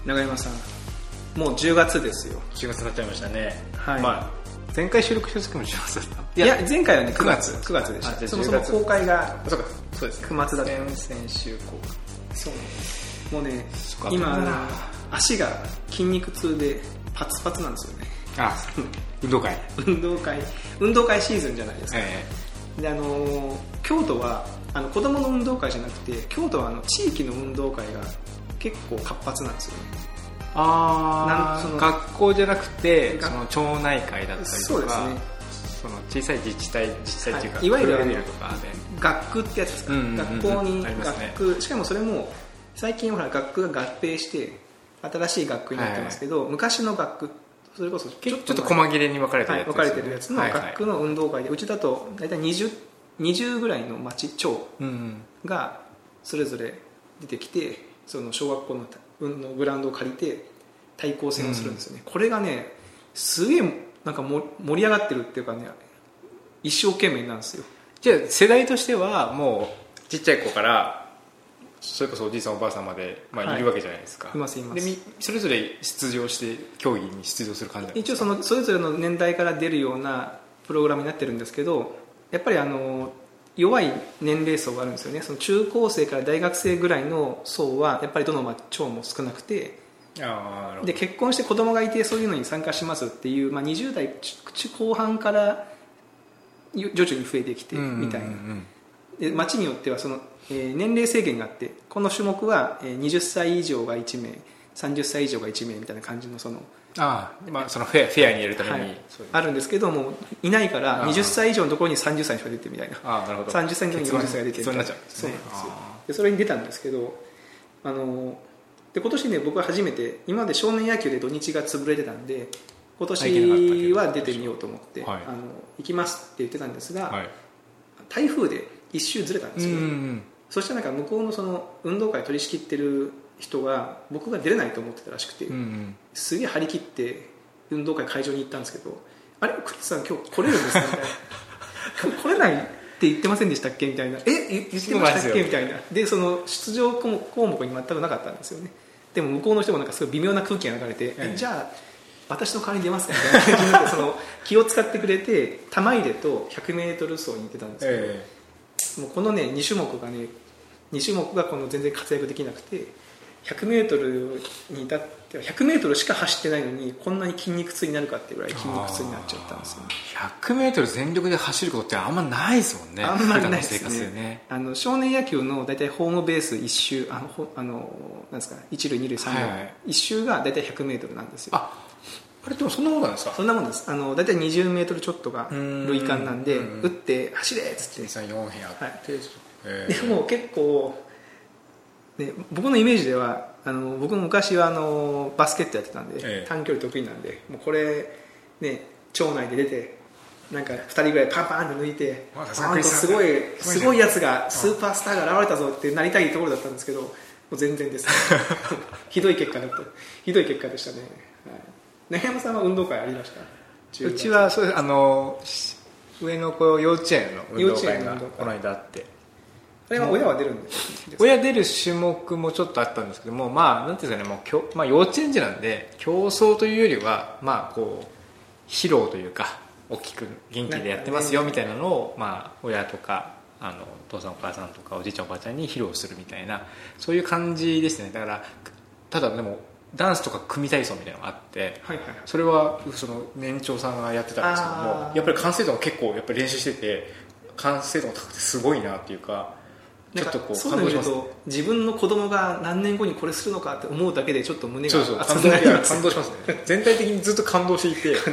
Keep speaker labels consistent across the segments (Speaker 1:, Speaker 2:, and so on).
Speaker 1: 永山さん、もう10月ですよ。
Speaker 2: 10月になっちゃいましたね。
Speaker 1: はい。
Speaker 2: まあ前回収録した時も10月だった。
Speaker 1: いや前回はね9月でした。そもそも公開が
Speaker 2: そうです、ね、
Speaker 1: 9月だった。
Speaker 2: 先週公開。
Speaker 1: そうなんです。もうね今足が筋肉痛でパツパツなんですよね。
Speaker 2: あ、運動会
Speaker 1: シーズンじゃないですか。で京都は子供の運動会じゃなくて、京都は地域の運動会が結構活発なんですよね。
Speaker 2: 学校じゃなくてその町内会だったりとか、
Speaker 1: そうですね、
Speaker 2: その小さい自治体っていうか、
Speaker 1: いわゆる
Speaker 2: とかで
Speaker 1: 学区ってやつですか、学校に学区、しかもそれも最近は学区が合併して新しい学区になってますけど、昔の学区、それこそちょっと
Speaker 2: 細切れに分かれてるやつですね、
Speaker 1: 分かれてるやつの学区の運動会で、うちだと大体20ぐらいの町がそれぞれ出てきて、その小学校のグラウンドを借りて対抗戦をするんですよね。これがねすげえなんか盛り上がってるっていうかね、一生懸命なんですよ。
Speaker 2: じゃあ世代としてはもうちっちゃい子からそれこそおじいさんおばあさんまで、いるわけじゃないですか。
Speaker 1: います
Speaker 2: でそれぞれ出場して競技に出場する感じなんですか。
Speaker 1: 一応それぞれの年代から出るようなプログラムになってるんですけど、やっぱり弱い年齢層があるんですよね。その中高生から大学生ぐらいの層はやっぱりどの町も少なくて、で結婚して子供がいてそういうのに参加しますっていう、20代後半から徐々に増えてきてみたいな、で町によってはその、年齢制限があって、この種目は20歳以上が1名30歳以上が1名みたいな感じのその
Speaker 2: そのフェアに入れるために、
Speaker 1: あるんですけども、いないから20歳以上のところに30歳の人が出てるみたいな、30歳のところに40歳が出てるみたいな、でそれに出たんですけど、で今年ね僕は初めて、今まで少年野球で土日が潰れてたんで、今年は出てみようと思って、行きますって言ってたんですが、台風で一周ずれたんですよ、そしたらなんか向こうのその運動会取り仕切ってる人が僕が出れないと思ってたらしくて、すげえ張り切って運動会会場に行ったんですけど、あれクリスさん今日来れるんですかみたいな今日来れないって言ってませんでしたっけみたいな、言ってましたっけみたいな、でその出場項目に全くなかったんですよね。でも向こうの人もなんかすごい微妙な空気が流れて、じゃあ私の代わりに出ますかみたいな感じでその気を使ってくれて、玉入れと 100m 走に行ってたんですけど、もうこのね2種目がこの全然活躍できなくて、100m に至っては 100m しか走ってないのにこんなに筋肉痛になるかっていうぐらい筋肉痛になっちゃったんですよね。
Speaker 2: 100m 全力で走ることってあんまないですもんね。
Speaker 1: あんまりないですね。少年野球の大体ホームベース1周なんですか、1塁2塁3塁、1周が大体 100m なんですよ。
Speaker 2: あれでもそんなもんなんですか。
Speaker 1: そんなもんです。大体 20m ちょっとが塁間なんで、打って走れっつって
Speaker 2: 2、3、4辺あって、
Speaker 1: でも結構ね、僕のイメージでは僕も昔はバスケットやってたんで、短距離得意なんで、もうこれね町内で出てなんか2人ぐらいパンパンって抜いて、すごいやつがスーパースターが現れたぞってなりたいところだったんですけど、もう全然です、ね、ひどい結果でしたね。中山さんは運動会ありました？
Speaker 2: うちはそう上の子幼稚園の運動会がこの間あって、
Speaker 1: あれは親は出るんですか？
Speaker 2: 親出る種目もちょっとあったんですけども、なんていうんですかね、幼稚園児なんで競争というよりはこう披露というか、大きく元気でやってますよみたいなのを、親とかお父さんお母さんとかおじいちゃんおばあちゃんに披露するみたいな、そういう感じですね。だからただでもダンスとか組体操みたいなのがあって、それはその年長さんがやってたんですけども、やっぱり完成度が結構やっぱり練習してて完成度が高くてすごいなっていうか、ちょっとこう
Speaker 1: 感動しますね。自分の子供が何年後にこれするのかって思うだけでちょっと胸が熱くなります。
Speaker 2: 感動しますね。全体的にずっと感動していて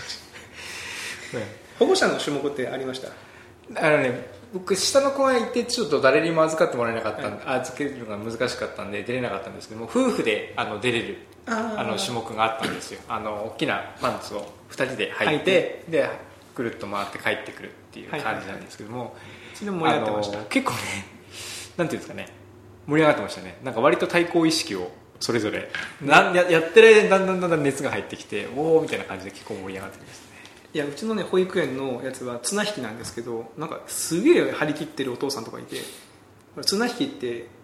Speaker 1: 保護者の種目ってありました？
Speaker 2: 僕下の子がいてちょっと誰にも預かってもらえなかったんで、預けるのが難しかったんで出れなかったんですけども、夫婦で出れる種目があったんですよ。大きなパンツを2人で履いて、でぐるっと回って帰ってくるっていう感じなんですけども、
Speaker 1: それも盛り上がってました。
Speaker 2: 結構ね、なんていうんですかね、盛り上がってましたね。なんか割と対抗意識をそれぞれやってる間にだんだん熱が入ってきて、おおみたいな感じで結構盛り上がってきましたね。
Speaker 1: いや、うちのね保育園のやつは綱引きなんですけど、なんかすげえ張り切ってるお父さんとかいて、綱引きって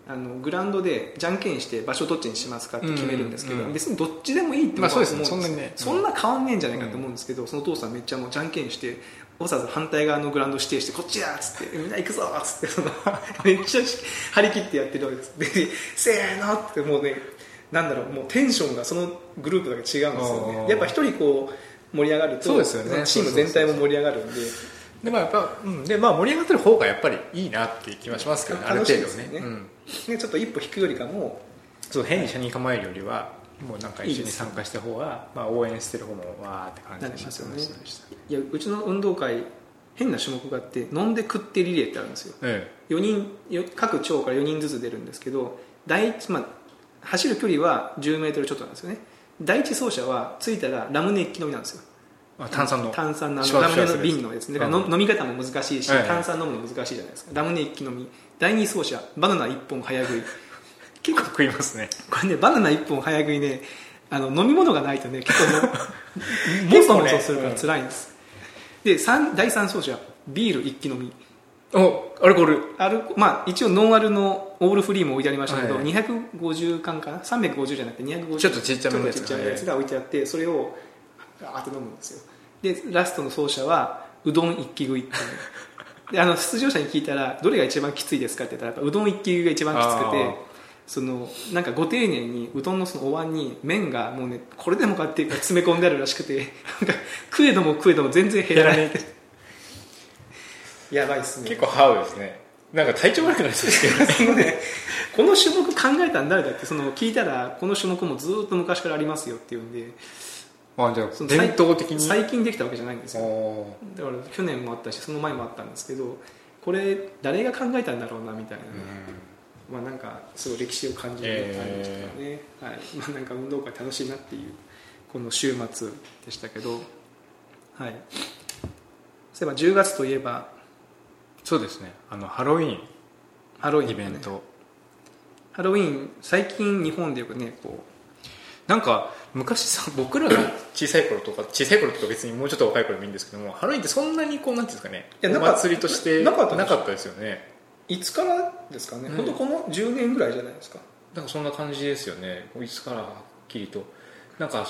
Speaker 1: グラウンドでじゃんけんして場所どっちにしますかって決めるんですけど、別にどっちでもいいって僕は思うんです、そんな変わんねえんじゃないかと思うんですけど、そのお父さんめっちゃもうじゃんけんしてわざわざ反対側のグラウンド指定してこっちやっつってみんな行くぞっつってめっちゃ張り切ってやってるわけですでせーのってもうねなんだろうもうテンションがそのグループだけ違うんですよね。やっぱ一人こう盛り上がると、ね、チーム全体も盛り上がるんで
Speaker 2: で、やっぱで盛り上がってる方がやっぱりいいなっていう気はしますけどね、ある程度ね、
Speaker 1: ちょっと一歩引くよりかも
Speaker 2: そう変に車に構えるよりはもうなんか一緒に参加した方が応援してる方もわーって感じしますよね。
Speaker 1: いやうちの運動会変な種目があって飲んで食ってリレーってあるんですよ、4人各町から4人ずつ出るんですけど走る距離は10メートルちょっとなんですよね。第一走者は着いたらラムネ一気飲みなんですよ。
Speaker 2: 炭酸の
Speaker 1: ラムネの瓶のですね。だから飲み方も難しいし、炭酸飲むの難しいじゃないですか。ラムネ一気飲み。第二走者バナナ1本早食い。
Speaker 2: 結構食いますね。
Speaker 1: これねバナナ1本早食いね飲み物がないとね結構もそもそするから辛いんです。で第3走者ビール一気飲み。
Speaker 2: アルコール
Speaker 1: 一応ノンアルのオールフリーも置いてありましたけど、250缶かな350じゃなくて250
Speaker 2: ちょっとちっちゃめのや
Speaker 1: つが置いてあって、それをガーッと飲むんですよ。でラストの走者はうどん一気食いっていうで出場者に聞いたらどれが一番きついですかって言ったらやっぱうどん一気食いが一番きつくて、なんかご丁寧にうどんのそのお椀に麺がもうねこれでもかっていうか詰め込んであるらしくてなんか食えども全然減らないやばいっすね。
Speaker 2: 結構ハードですね。なんか体調悪くなりそうですけど
Speaker 1: ねこの種目考えたん誰だって聞いたらこの種目もずっと昔からありますよっていうんで、
Speaker 2: じゃあ伝統的に
Speaker 1: 最近できたわけじゃないんですよ。だから去年もあったしその前もあったんですけど、これ誰が考えたんだろうなみたいな、なんかすごい歴史を感じる感じでしたね、なんか運動会楽しいなっていうこの週末でしたけど、そういえば10月といえば
Speaker 2: そうですね、ハロウィンイベント、
Speaker 1: ハロウィン最近日本でよくね
Speaker 2: なんか昔僕らが小さい頃とか別にもうちょっと若い頃でもいいんですけども、ハロウィンってそんなになんていうんですかね、お祭りとしてなかったですよね。
Speaker 1: いつからですかね、本当この10年ぐらいじゃないですか。
Speaker 2: なんかそんな感じですよね。いつからはっきりとなんか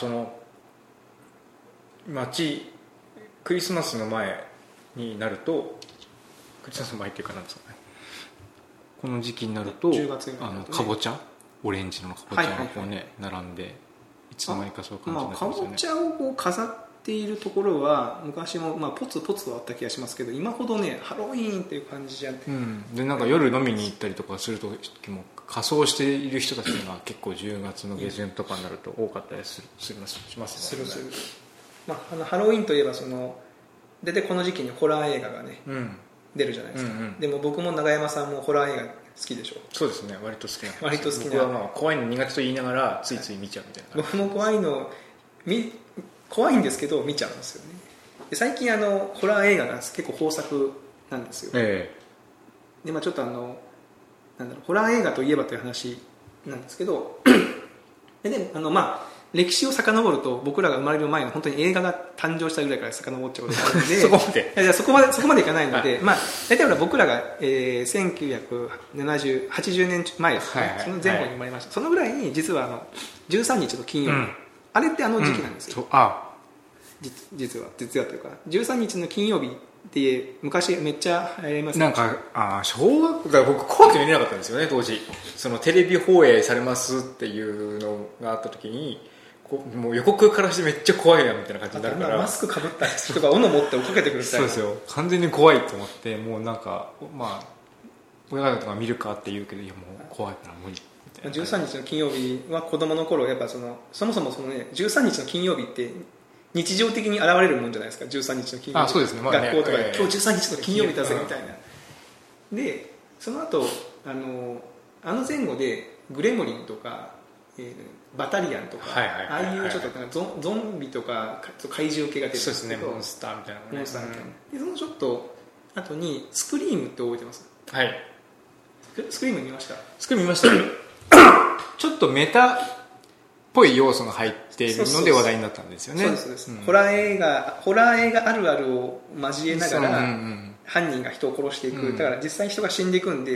Speaker 2: クリスマスの前になると、クリスマスの前っていうかなんですかね、この時期になると
Speaker 1: 10月になると、
Speaker 2: かぼちゃオレンジのかぼちゃが並んで、いつの間にかそういう感じになってますよね。
Speaker 1: かぼちゃを飾っているところは昔もポツポツはあった気がしますけど、今ほどねハロウィーンっていう感じじゃん、
Speaker 2: でなんか夜飲みに行ったりとかする時も仮装している人たちが結構10月の下旬とかになると多かったりしますね。
Speaker 1: ハロウィーンといえば大体この時期にホラー映画がね、出るじゃないですか、でも僕も永山さんもホラー映画好きでしょ。
Speaker 2: そうですね、割と好きな
Speaker 1: 僕
Speaker 2: は怖いの苦手と言いながらついつい見ちゃうみたいな。
Speaker 1: 僕も怖いんですけど見ちゃうんですよね。で最近ホラー映画が結構豊作なんですよ、でちょっとホラー映画といえばという話なんですけどで歴史を遡ると僕らが生まれる前の本当に映画が誕生したぐらいから遡っちゃうことがあるのでそこまでいかないので、大体僕らが、1980年前ですね、その前後に生まれました。そのぐらいに実は13日の金曜日、あれって時期なんですよ、実はというか13日の金曜日って昔めっちゃ流行りますね。
Speaker 2: なんか小学校僕怖くて見れなかったんですよね当時。テレビ放映されますっていうのがあった時にもう予告からしてめっちゃ怖いなみたいな感じになるから、
Speaker 1: マスクかぶった人が斧持って追っかけてくるみたいな。
Speaker 2: そうですよ、完全に怖いと思って、もうなんか親方とか見るかって言うけど、いやもう怖いから無理みたいな。
Speaker 1: 13日の金曜日は子供の頃やっぱそもそも13日の金曜日って日常的に現れるもんじゃないですか。13日の金曜日、
Speaker 2: そうですね、
Speaker 1: 学校とかで、今日13日の金曜日だぜみたいな。でその後前後でグレムリンとか、バタリアンとか、ああいうちょっとゾンビとか怪獣系が出てるんですけど、
Speaker 2: そうですね、モンスターみたいな、
Speaker 1: でそのちょっと後にスクリームって覚えてます？
Speaker 2: はい。
Speaker 1: スクリーム見ました？
Speaker 2: スクリーム見ましたちょっとメタっぽい要素が入っているので話題になったんですよね。
Speaker 1: そうです、ホラー映画あるあるを交えながら、犯人が人を殺していく、だから実際に人が死んでいくんで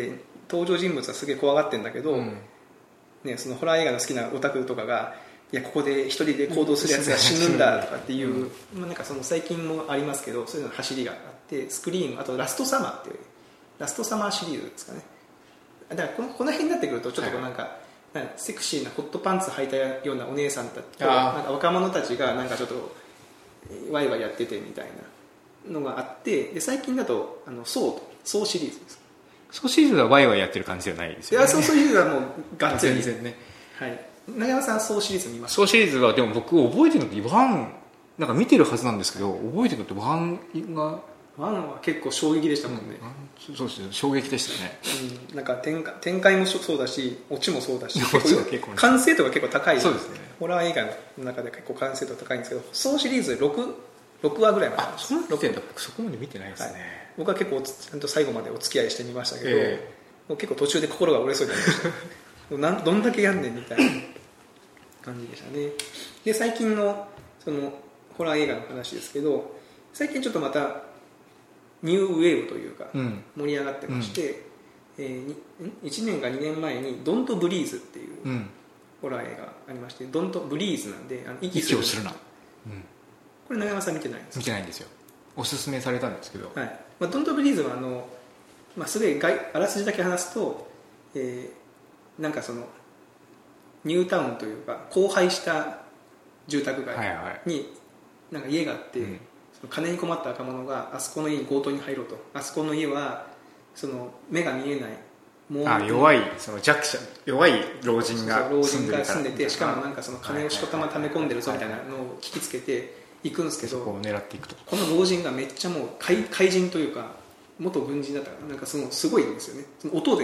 Speaker 1: 登場人物はすげえ怖がってるんだけど、ね、そのホラー映画の好きなオタクとかがいやここで一人で行動するやつが死ぬんだとかっていう、まあ、なんかその最近もありますけどそういうの走りがあってスクリームあとラストサマーっていうラストサマーシリーズですかね。だからこの辺になってくるとちょっとなんかセクシーなホットパンツ履いたようなお姉さんたちとなんか若者たちがなんかちょっとワイワイやっててみたいなのがあって、で最近だとソーシリーズです。
Speaker 2: ソーシリーズはワイワイやってる感じじゃないですよね。
Speaker 1: いやソーシリーズはもうガッツリ
Speaker 2: 全然ね、
Speaker 1: はい、長山さんソーシリーズ見ました？
Speaker 2: ソーシリーズはでも僕覚えてるのって1なんか見てるはずなんですけど覚えてるのって1が
Speaker 1: 1は結構衝撃でしたもんね、
Speaker 2: そうですね衝撃でしたね、
Speaker 1: なんか展開もそうだしオチもそうだし完成度が結構高い。
Speaker 2: そうですね、
Speaker 1: ホラー映画の中で結構完成度高いんですけどソーシリーズ6話ぐらいまであるんです。
Speaker 2: そこまで見てないですね、はい、
Speaker 1: 僕は結構ちゃんと最後までお付き合いしてみましたけど、もう結構途中で心が折れそうになりましたどんだけやんねんみたいな感じでしたね。で最近のそのホラー映画の話ですけど最近ちょっとまたニューウェーブというか盛り上がってまして、1年か2年前に「ドントブリーズ」っていうホラー映画ありまして、ドントブリーズなんで
Speaker 2: 息をするな、
Speaker 1: これ長山さん見てないんですか？
Speaker 2: 見てないんですよ。おすすめされたんですけど、
Speaker 1: はい、まあ、ドントブリーズはすごいあらすじだけ話すと、なんかそのニュータウンというか荒廃した住宅街になんか家があって、その金に困った若者があそこの家に強盗に入ろうと。あそこの家はその目が見えない
Speaker 2: 弱いその弱者弱い老人が
Speaker 1: 住んでてしかもなんかその金をしこたま溜め込んでるぞみたいなのを聞きつけて行くんですけど、
Speaker 2: そこを狙っていくと。
Speaker 1: この老人がめっちゃもう怪人というか元軍人だったからなんかそのすごいんですよね。その音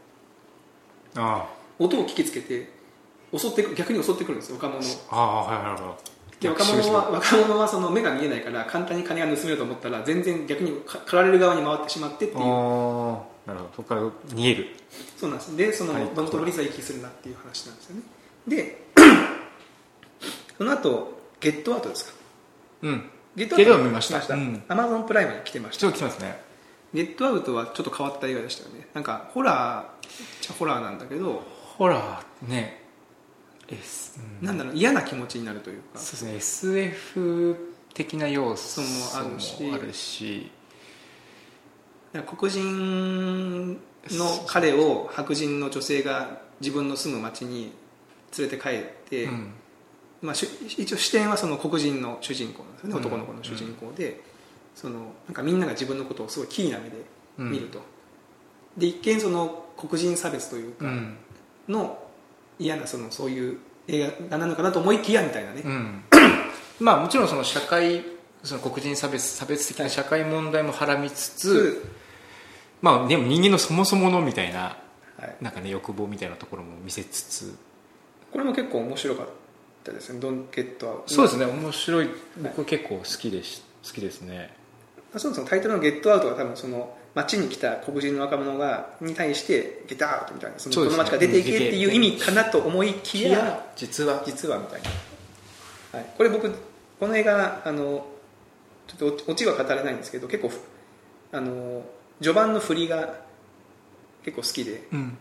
Speaker 1: を聞きつけて逆に襲ってくるんですよ若者を。で若者はその目が見えないから簡単に金が盗めると思ったら全然逆に狩られる側に回ってしまってっていう。なる
Speaker 2: ほど、そこから逃げる。
Speaker 1: そうなんです。でそのドントブリーズは息するなっていう話なんですよね。でその後ゲットアウトですか。
Speaker 2: ゲットアウト見ました。
Speaker 1: アマゾンプライムに来てました。
Speaker 2: 来てますね。
Speaker 1: ゲットアウトはちょっと変わった映画でしたよね。なんかホラーなんだけど
Speaker 2: ホラーね、
Speaker 1: なんだろう嫌な気持ちになるというか、
Speaker 2: そうですね SF 的な要素もあるし
Speaker 1: 黒人の彼を白人の女性が自分の住む町に連れて帰って、まあ、一応視点はその黒人の主人公なんですよね、男の子の主人公で、そのなんかみんなが自分のことをすごいキーな目で見ると、で一見その黒人差別というかの嫌なそういう映画なのかなと思いきやみたいなね、
Speaker 2: まあもちろんそのその黒人差別的な社会問題もはらみつつ、まあでも人間のそもそものみたいな、なんかね欲望みたいなところも見せつつ、
Speaker 1: これも結構面白かったですね。ドンゲットアウト。
Speaker 2: そうですね、面白い。僕結構好きですね。
Speaker 1: そもそもタイトルのゲットアウトは多分その街に来た黒人の若者に対してゲットアウトみたいな、この街から出ていけっていう意味かなと思いきや実はみたいな、これ僕この映画ちょっとオチは語れないんですけど結構序盤の振りが結構好きで、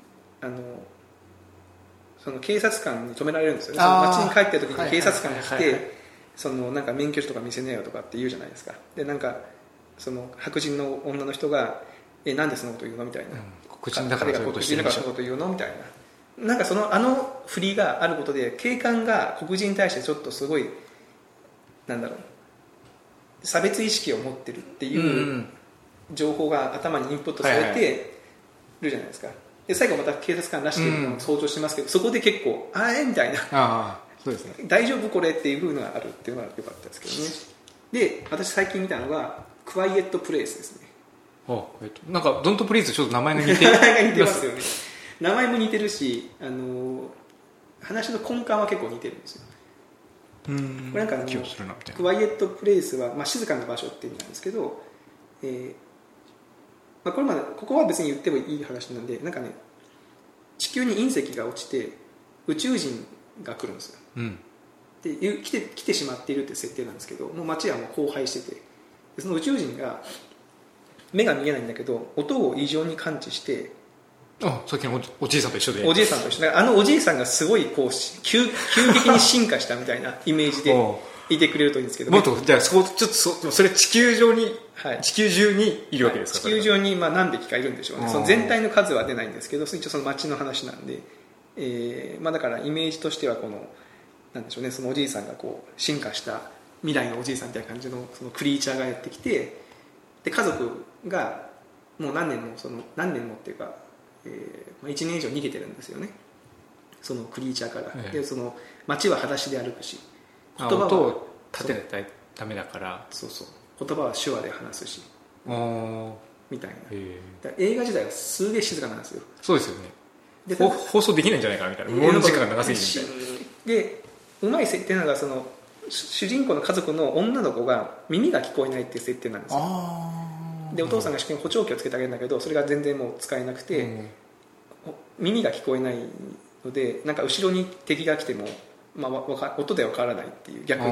Speaker 1: その警察官に止められるんですよね。その街に帰ってる時に警察官が来てそのなんか免許証とか見せねえよとかって言うじゃないですか。でなんかその白人の女の人がなんでそのこと言うのみたいな、
Speaker 2: 黒人だからそういうことしてるんでしょ、
Speaker 1: 彼が黒人だからそういうこと言うのみたいな、なんかその振りがあることで警官が黒人に対してちょっとすごいなんだろう差別意識を持ってるっていう情報が頭にインプットされてるじゃないですか。で最後また警察官らしきのを登場してますけど、そこで結構みたいな
Speaker 2: そうですね、
Speaker 1: 大丈夫これっていう風のがあるっていうのが良かったですけどね。で私最近見たのがクワイエットプレイスですね。
Speaker 2: なんかドントプリーズちょっと名前が似て
Speaker 1: ますよね。名前も似てるし話の根幹は結構似てるんですよ。これなんかクワイエットプレイスは、静かな場所って意味なんですけど、ここは別に言ってもいい話なんで、なんかね地球に隕石が落ちて宇宙人が来るんですよ、で来てしまっているって設定なんですけど、もう街はもう荒廃してて、その宇宙人が目が見えないんだけど音を異常に感知して
Speaker 2: さっきのおじいさんと一緒で
Speaker 1: おじいさんと一緒でおじいさんがすごいこう急激に進化したみたいなイメージでいてくれるといいんですけど、
Speaker 2: もっとじゃあちょっとそれ地球上に、地球中にいるわけですか？
Speaker 1: 地球上に何匹かいるんでしょうね。その全体の数は出ないんですけど、一応その町の話なんで、だからイメージとしてはこのなんでしょうね、そのおじいさんがこう進化した未来のおじいさんみたいな感じのそのクリーチャーがやってきて、で家族がもう何年もっていうか、1年以上逃げてるんですよね、そのクリーチャーから、でその街は裸足で歩くし、
Speaker 2: 言葉を立てないとダメだから、
Speaker 1: そう言葉は手話で話すしみたいな。映画自体はすげえ静かなんですよ。
Speaker 2: そうですよね。で放送できないんじゃないかみたいな、無音時間が長すぎるみたいな。でうまい設定なのが、その主人公の家族の女の子が耳が聞こえないっていう設定なんですよ。でお父さんが試験補聴器をつけてあげるんだけど、それが全然もう使えなくて、耳が聞こえないので、なんか後ろに敵が来ても、音では分からないっていう、逆に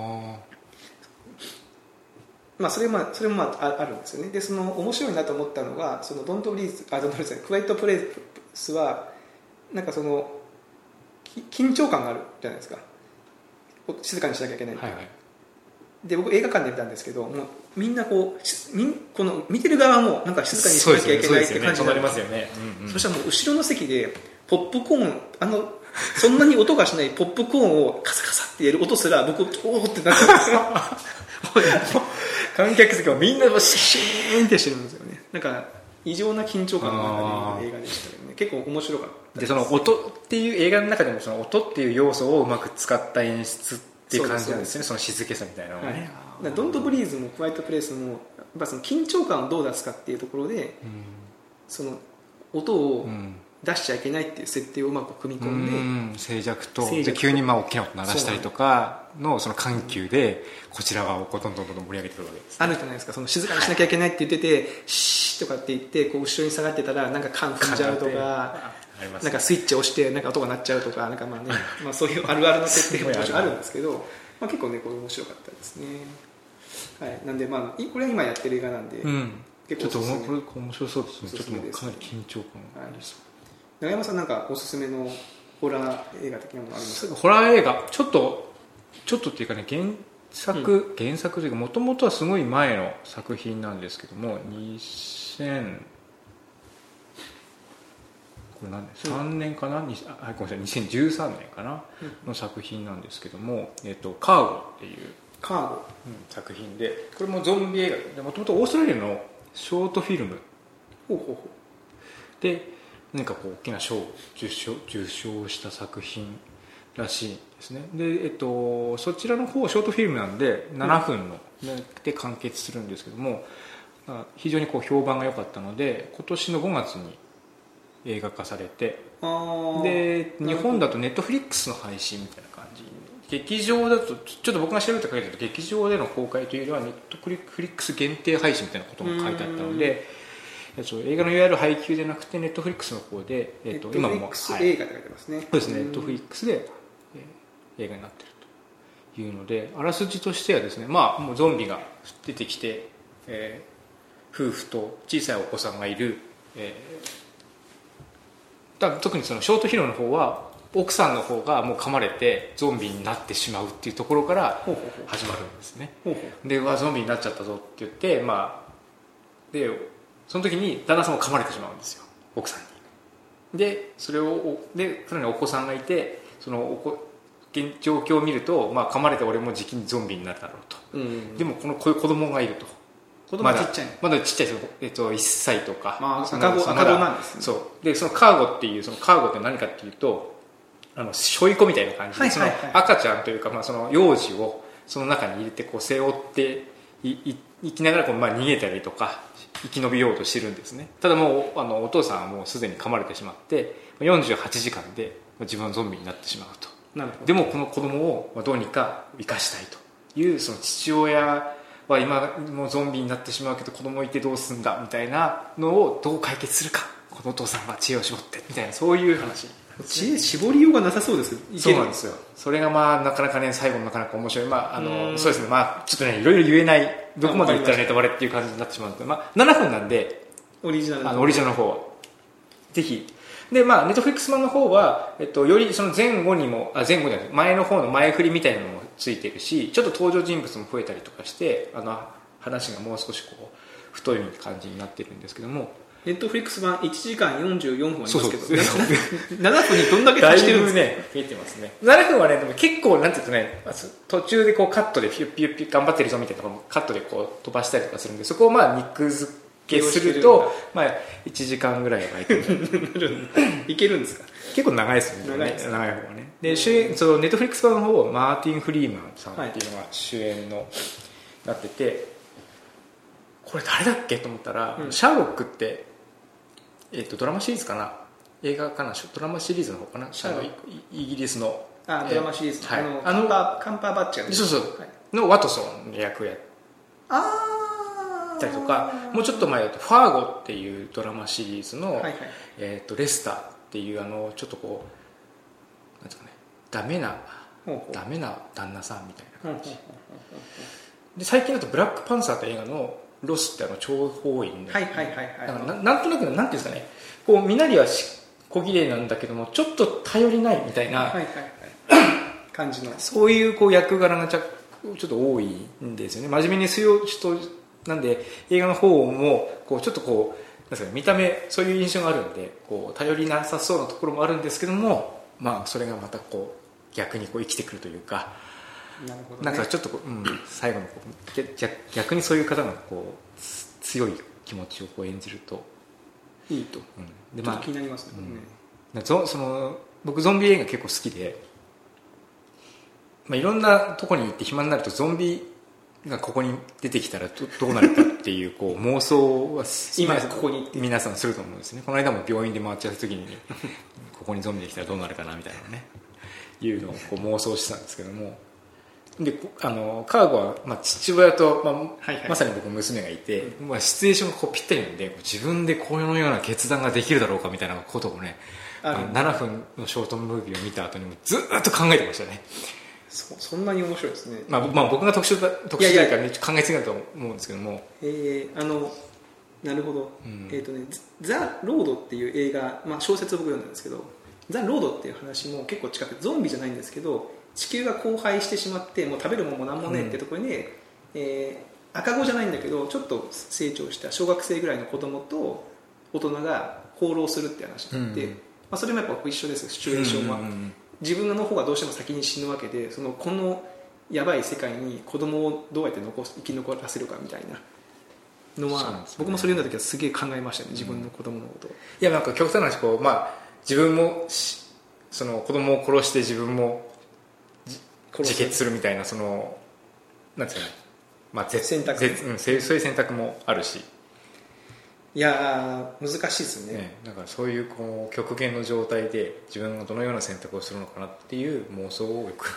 Speaker 2: それもあるんですよね。でその面白いなと思ったのが、そのクワイトプレイスはなんかその緊張感があるじゃないですか、静かにしなきゃいけない、で僕映画館で見たんですけど、もうみんなこの見てる側もなんか静かにしなきゃいけないって感じになりますよね。そしたらもう後ろの席でポップコーン、そんなに音がしないポップコーンをカサカサってやる音すら僕おおってなっちゃうんですよ観客席はみんな
Speaker 1: シーンってしてるんですよね。なんか異常な緊張感の中で映画でしたけどね、結構面白かった
Speaker 2: で。その音っていう映画の中でも、その音っていう要素をうまく使った演出っていう感じなんですよね。その静けさみたいなのがね。
Speaker 1: ドントブリーズもクワイトプレイスもやっぱその緊張感をどう出すかっていうところで、その音を出しちゃいけないっていう設定をうまく組み込んで、
Speaker 2: 静寂とで急に大きな音鳴らしたりとかのその緩急でこちら側をどんどん盛り上げてるわけです、
Speaker 1: あるじゃないですか。その静かにしなきゃいけないって言ってて、シーとかって言ってこう後ろに下がってたらなんか缶踏んじゃうとか、なんかスイッチ押してなんか音が鳴っちゃうとか、なんかそういうあるあるの設定もあるんですけど、結構ねこれ面白かったですね。なんでこれは今やってる映画なんで、
Speaker 2: 結構ちょっとこれ面白そうですね。ちょっとかなり緊張感がありそう。
Speaker 1: 永山さんなんかおすすめのホラー映画的なものありますか？
Speaker 2: ホラー映画ちょっとっていうかね、原作というかもともとはすごい前の作品なんですけども、3年かな、2013年かなの作品なんですけども、カーゴっていう作品で、これもゾンビ映画で、もともとオーストラリアのショートフィルムで何かこう大きな賞を受賞した作品らしいんですね。で、そちらの方ショートフィルムなんで7分ので完結するんですけども、非常にこう評判が良かったので今年の5月に映画化されて、で日本だとネットフリックスの配信みたいな感じ、劇場だとちょっと僕が調べて書いてあると劇場での公開というよりはネットフリックス限定配信みたいなことも書いてあったので、映画のいわゆる配給じゃなくてネットフリックスの方で、
Speaker 1: 今も映画って書いてますね。
Speaker 2: そうですね、ネットフリックスで映画になっているというので、あらすじとしてはですね、もうゾンビが出てきて、夫婦と小さいお子さんがいる、特にそのショートヒーローの方は奥さんの方がもう噛まれてゾンビになってしまうっていうところから始まるんですね。でゾンビになっちゃったぞって言って、でその時に旦那さんも噛まれてしまうんですよ、奥さんに。でそれにお子さんがいて、その状況を見ると、噛まれて俺もじきにゾンビになるだろうと、でもこういう子供がいると、
Speaker 1: 子供ちっちゃい
Speaker 2: まだちっちゃいですよ、1歳とか、
Speaker 1: 赤子なんですね。
Speaker 2: そうで、そのカーゴっていう、そのカーゴって何かっていうと、しょいこみたいな感じで、その赤ちゃんというか、その幼児をその中に入れてこう背負っていきながら逃げたりとか生き延びようとしてるんですね。ただもうお父さんはもうすでに噛まれてしまって48時間で自分はゾンビになってしまうと。でもこの子供をどうにか生かしたいという、その父親は今もうゾンビになってしまうけど子供いてどうすんだみたいなのをどう解決するか、このお父さんは知恵を絞ってみたいな、そういう話。
Speaker 1: 知恵絞りようがなさそうですけど。
Speaker 2: そうなんですよ。それがなかなかね、最後もなかなか面白い。そうですね、ちょっとねいろいろ言えない、どこまで言ったらネタバレっていう感じになってしまうんですけど、7分なんで
Speaker 1: オリジナル
Speaker 2: の方はぜひ。でまあネットフリックス版の方は、よりその前後にも前後じゃない前の方の前振りみたいなのもついてるし、ちょっと登場人物も増えたりとかして、話がもう少しこう太い感じになってるんですけども、
Speaker 1: ネットフリックス版1時間44分ありますけど、7分にどんだけ足してるんですか。
Speaker 2: だいぶね見てますね。7分はねでも結構なんていうとね、途中でこうカットでピュッピュッピュッ頑張ってるぞみたいなところもカットでこう飛ばしたりとかするんで、そこをまあ肉付けするとまあ1時間ぐらいはいける
Speaker 1: いけるんですか。
Speaker 2: 結構長いですよね。長い方はね。で主演そのネットフリックス版の方はマーティン・フリーマンさんっていうのが主演のなってて、これ誰だっけと思ったら、シャーロックってドラマシリーズかな、映画かな、ドラマシリーズの方かな、イギリスの
Speaker 1: ドラマシリーズ、
Speaker 2: はい、
Speaker 1: カンパーバッチが
Speaker 2: そう、はい、のワトソンの役をやったりとか、もうちょっと前だとファーゴっていうドラマシリーズの、はいはい、レスターっていうちょっとこうなんですかね、ダメな旦那さんみたいな感じで、最近だとブラックパンサーって映画のロスって諜報員で、なんとなくなんていうんですかね、こう身なりは小綺麗なんだけどもちょっと頼りないみたいな、
Speaker 1: 感じの、
Speaker 2: そういうこう役柄がちょっと多いんですよね。真面目にする人なんで、映画の方もこうちょっとこうなんですかね、見た目そういう印象があるんでこう頼りなさそうなところもあるんですけども、まあそれがまたこう逆にこう生きてくるというか、
Speaker 1: なるほどね、
Speaker 2: なんかちょっと最後のこう逆にそういう方がこう強い気持ちをこう演じると
Speaker 1: いいと、でまあ、気になりますね、
Speaker 2: その僕ゾンビ映画結構好きで、まあ、いろんなとこに行って暇になるとゾンビがここに出てきたら どうなるかっていう、こう妄想は
Speaker 1: 今ここに
Speaker 2: 皆さんすると思うんですね。この間も病院で回っちゃった時にここにゾンビできたらどうなるかなみたいなねいうのをこう妄想してたんですけども、でカーゴは、まあ、父親と、まさに僕娘がいて、まあ、シチュエーションがこうぴったりなんで、自分でこのような決断ができるだろうかみたいなことをね、7分のショートムービーを見た後にもずっと考えてましたね。
Speaker 1: そんなに面白いですね。
Speaker 2: まあ僕が特殊だから、ね、考えすぎだと思うんですけども、
Speaker 1: なるほど、ザ・ロードっていう映画、まあ、小説を僕読んだんですけど、ザ・ロードっていう話も結構近くて、ゾンビじゃないんですけど地球が荒廃してしまってもう食べるものも何もねえってところに、赤子じゃないんだけどちょっと成長した小学生ぐらいの子供と大人が放浪するって話があって、まあ、それもやっぱ一緒ですよ、シチュエーションは、自分の方がどうしても先に死ぬわけで、このやばい世界に子供をどうやって生き残らせるかみたいなのは、僕もそれ読んだ時はすげえ考えましたね、自分の子供のことを。
Speaker 2: いやなんか極端な話こう、まあ、自分もその子供を殺して自分も自決するみたいな、そのなんていうか、まあ、
Speaker 1: 選択、
Speaker 2: そういう選択もあるし、
Speaker 1: いや難しいですね。
Speaker 2: だからそういうこう極限の状態で自分がどのような選択をするのかなっていう妄想をよく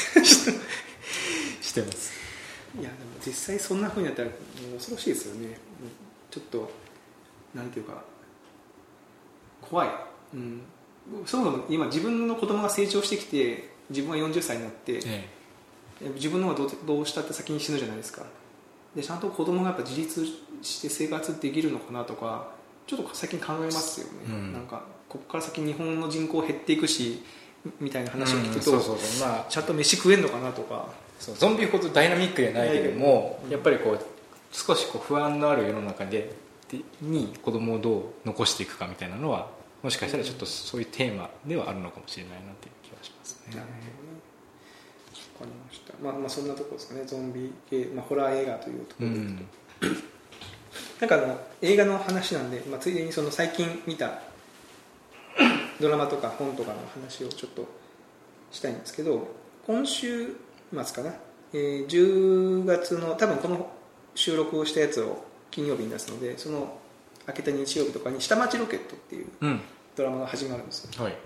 Speaker 2: してます。
Speaker 1: いやでも実際そんな風になったらもう恐ろしいですよね。ちょっとなんていうか怖い、そもそも今自分の子供が成長してきて、自分は40歳になって、自分の方がどうしたって先に死ぬじゃないですか。でちゃんと子供がやっぱ自立して生活できるのかなとかちょっと最近考えますよね、なんかここから先日本の人口減っていくしみたいな話を聞くと、まあ、ちゃんと飯食えんのかなとか。
Speaker 2: ゾンビほどダイナミックじゃないけども、やっぱりこう少しこう不安のある世の中に子供をどう残していくかみたいなのは、もしかしたらちょっとそういうテーマではあるのかもしれないなっていう気がしますね。
Speaker 1: なるほどね、分かりました。まあそんなところですかね、ゾンビ系、ホラー映画というところで、なんか映画の話なんで、ついでにその最近見たドラマとか本とかの話をちょっとしたいんですけど、今週末かな、10月の多分この収録をしたやつを金曜日に出すので、その明けた日曜日とかに下町ロケットっていうドラマが始まるんですよ、はい。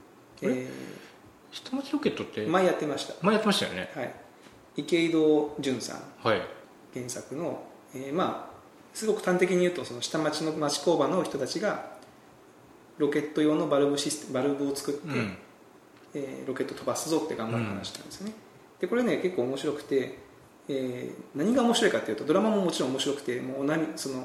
Speaker 2: 下町ロケットって
Speaker 1: 前やってましたよね、はい、池井戸潤さん、原作の、まあすごく端的に言うと、その下町の町工場の人たちがロケット用のバルブを作って、ロケット飛ばすぞって頑張る話なんですよね。でこれね結構面白くて、何が面白いかっていうと、ドラマももちろん面白くて、もうその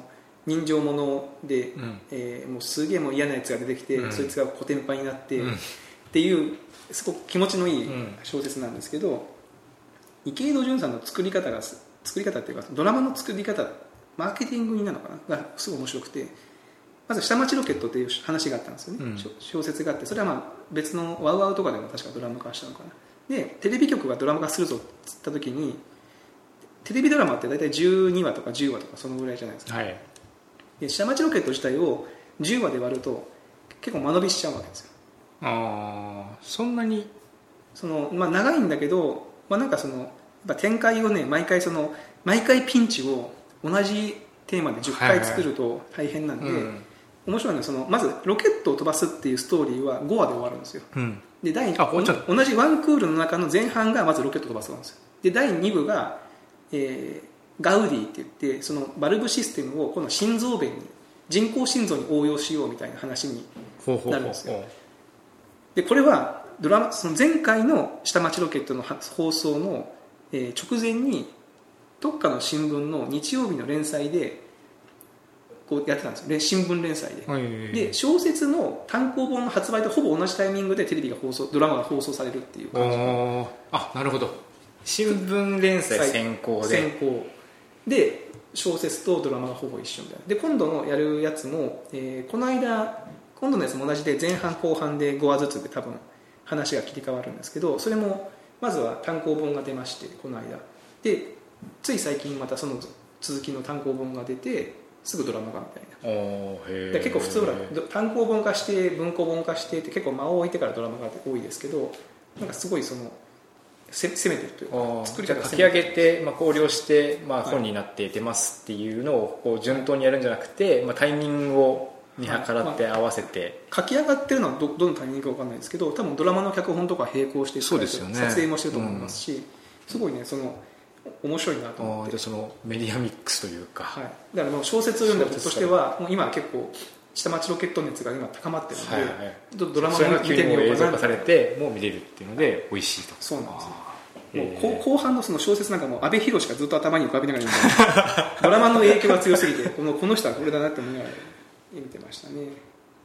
Speaker 1: 人情もので、もうすげえもう嫌なやつが出てきて、そいつがコテンパンになって、っていうすごく気持ちのいい小説なんですけど、池井戸潤さんの作り方っていうかドラマの作り方、マーケティングになるのかながすごい面白くて、まず下町ロケットっていう話があったんですよね、小説があって、それはまあ別のワウワウとかでも確かドラマ化したのかな。でテレビ局がドラマ化するぞって言った時に、テレビドラマって大体12話とか10話とかそのぐらいじゃないですか、で下町ロケット自体を10話で割ると結構間延びしちゃうわけですよ。
Speaker 2: そんなに
Speaker 1: 長いんだけど、なんかやっぱ展開をね、毎回ピンチを同じテーマで10回作ると大変なんで、面白いのはまずロケットを飛ばすっていうストーリーは5話で終わるんですよ、で同じワンクールの中の前半がまずロケットを飛ばすんですよ。で第2部が、ガウディって言って、そのバルブシステムをこの心臓弁に、人工心臓に応用しようみたいな話になるんですよ。でこれはその前回の下町ロケットの放送の、直前にどっかの新聞の日曜日の連載でこうやってたんですよ、新聞連載で、で小説の単行本の発売とほぼ同じタイミングでドラマが放送されるっていう感じ。
Speaker 2: なるほど、新聞連載先行
Speaker 1: で小説とドラマがほぼ一緒みたいな。で今度のやるやつも、今度のやつも同じで前半後半で5話ずつで多分話が切り替わるんですけど、それもまずは単行本が出まして、この間でつい最近またその続きの単行本が出てすぐドラマがみたいな。で結構普通は単行本化して文庫本化してって結構間を置いてからドラマが多いですけど、なんかすごい攻めてるというか、作り方
Speaker 2: 書き上げて、考慮して、本になって出ますっていうのをこう順当にやるんじゃなくて、タイミングを見計らって合わせて、
Speaker 1: 書き上がってるのはどのタイミングか分かんないですけど、多分ドラマの脚本とか並行して
Speaker 2: そうですよね、
Speaker 1: 撮影もしてると思いますし、すごいね面白いなと思って。
Speaker 2: じゃあメディアミックスというか、
Speaker 1: だからもう小説を読んだ僕としてはもう今結構下町ロケット熱が今高まってるので、ドラマも見てみようかな。それが急に
Speaker 2: 映像化されてもう見れるっていうので美味しいと。
Speaker 1: そうなんですよ。もう後半の小説なんかも阿部寛がずっと頭に浮かびながら読んでドラマの影響が強すぎてこの人はこれだなって思いながら見てましたね。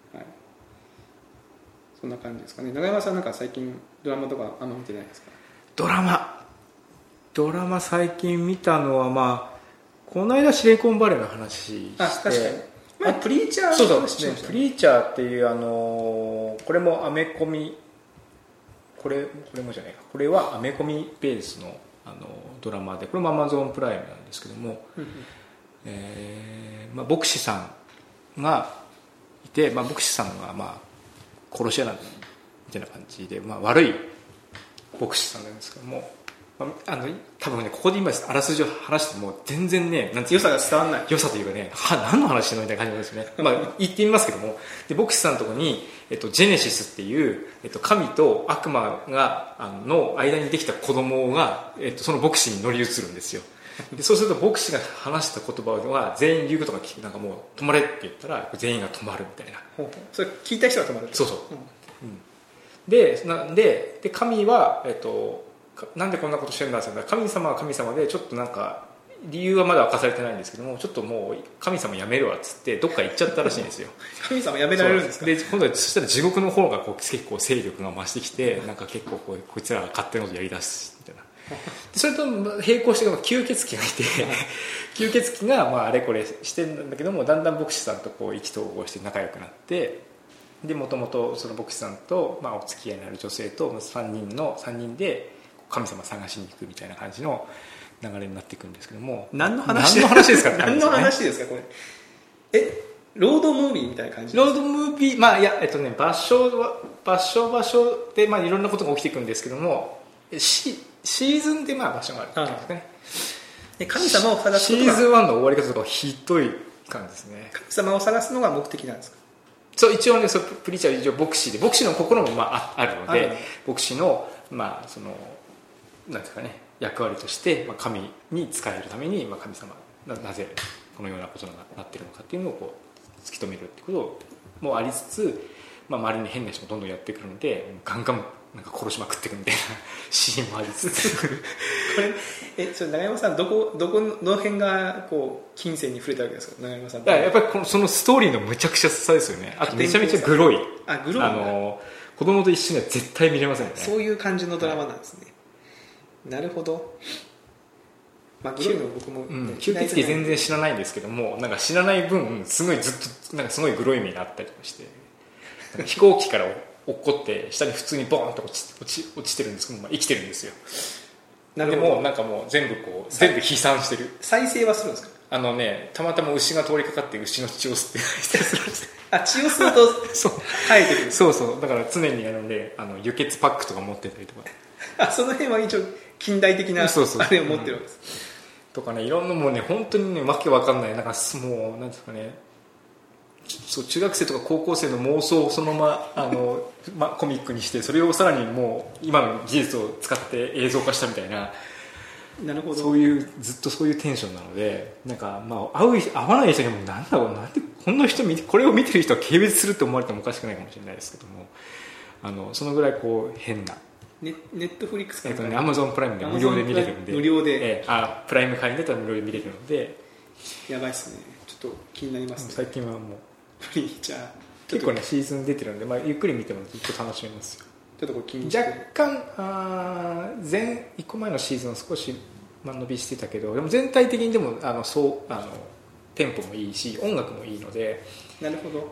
Speaker 1: そんな感じですかね。長山さんなんか最近ドラマとかあんま見てないですか？
Speaker 2: ドラマ最近見たのはこの間シリコンバレーの話して、
Speaker 1: 確かに、プリーチャー
Speaker 2: そうですね、プリーチャーっていうこれもアメコミ、これもじゃないか、これはアメコミベースのドラマで、これも Amazon プライムなんですけども、牧師さんがいて、牧師さんが殺し屋なんみたいな感じで、悪い牧師さんなんですけども、多分ね、ここで今あらすじを話しても全然ね、
Speaker 1: 良さが伝わらない、
Speaker 2: 良さというかね、何の話してるのみたいな感じなんですよね。言ってみますけども、で牧師さんのところに、ジェネシスっていう、神と悪魔がの間にできた子供が、その牧師に乗り移るんですよ。でそうすると牧師が話した言葉は全員言うことが聞く、なんかもう止まれって言ったら全員が止まるみたいな。
Speaker 1: それ聞いた人が止まる。
Speaker 2: そうそう、で神は、なんでこんなことしてるんだって言ったら、神様は神様でちょっとなんか理由はまだ明かされてないんですけども、ちょっともう神様やめるわっつってどっか行っちゃったらしいんですよ。
Speaker 1: 神様やめられるんですか？
Speaker 2: で今度はそしたら地獄の方が結構勢力が増してきて、なんか結構こいつらが勝手なことやりだすみたいな。でそれと並行して吸血鬼がいて吸血鬼があれこれしてるんだけども、だんだん牧師さんと意気投合して仲良くなって、でもともとその牧師さんとお付き合いのある女性と3人で神様探しに行くみたいな感じの流れになっていくんですけども、
Speaker 1: 何の話
Speaker 2: ですか？
Speaker 1: 何の話ですかこれ？ロードムービーみたいな感じ？
Speaker 2: ロードムービー、場所でいろんなことが起きていくんですけども、シーズンで場所があるんですね。
Speaker 1: 神様を探す
Speaker 2: シーズン1の終わり方とかひどい感じですね。
Speaker 1: 神様を探すのが目的なんですか？
Speaker 2: そう、一応ね、プリーチャーは一応牧師で、牧師の心もあるので、牧師のそのなんですかね、役割として神に仕えるために神様なぜこのようなことになっているのかっていうのを突き止めるってこともありつつ、周りに変な人もどんどんやってくるのでガンガンなんか殺しまくっていくみたいなシーンもありつつ
Speaker 1: それ長山さんどこの辺がこう金銭に触れたわけですか、長山さん。
Speaker 2: やっぱりそのストーリーのむちゃくちゃさですよね。あとめちゃめちゃグロい。
Speaker 1: グロい。
Speaker 2: 子供と一緒には絶対見れませんね。
Speaker 1: そういう感じのドラマなんですね。なるほど。グロいの僕も、
Speaker 2: 吸血鬼全然知らないんですけども、なんか知らない分すごいずっとなんかすごいグロい目があったりとかして、飛行機から落っこって下に普通にボーンと落ちてるんですけど、生きてるんですよ。でもなんかもう全部飛散してる。
Speaker 1: 再生はするんですか？
Speaker 2: たまたま牛が通りかかって牛の血を吸って
Speaker 1: 血を吸うと生えてくる。
Speaker 2: そうだから常に輸血パックとか持ってたりとか
Speaker 1: その辺は一応近代的なあれを持ってるわけです、
Speaker 2: とかね、いろんなもうね本当にねわけわかんない、なんかもうなんですかね、中学生とか高校生の妄想をそのままコミックにして、それをさらにもう今の技術を使って映像化したみたいな。
Speaker 1: なるほど。
Speaker 2: ずっとそういうテンションなので、なんか合わない人にもなんだろう、なんでこんな人これを見てる人は軽蔑するって思われてもおかしくないかもしれないですけども、そのぐらいこう変な。
Speaker 1: ネットフリックスか
Speaker 2: アマゾンプライムで無料で見れるんで、
Speaker 1: 無料で、
Speaker 2: プライム会員だったら無料で見れるので、
Speaker 1: やばいっすね。ちょっと気になりますね。
Speaker 2: 最近はもう
Speaker 1: プリーチャー
Speaker 2: 結構ねシーズン出てるんで、ゆっくり見てもずっと楽しめますよ。
Speaker 1: ちょっとこう気にして
Speaker 2: 若干1個前のシーズン少し間延びしてたけど、でも全体的にでもテンポもいいし音楽もいいので。
Speaker 1: なるほど。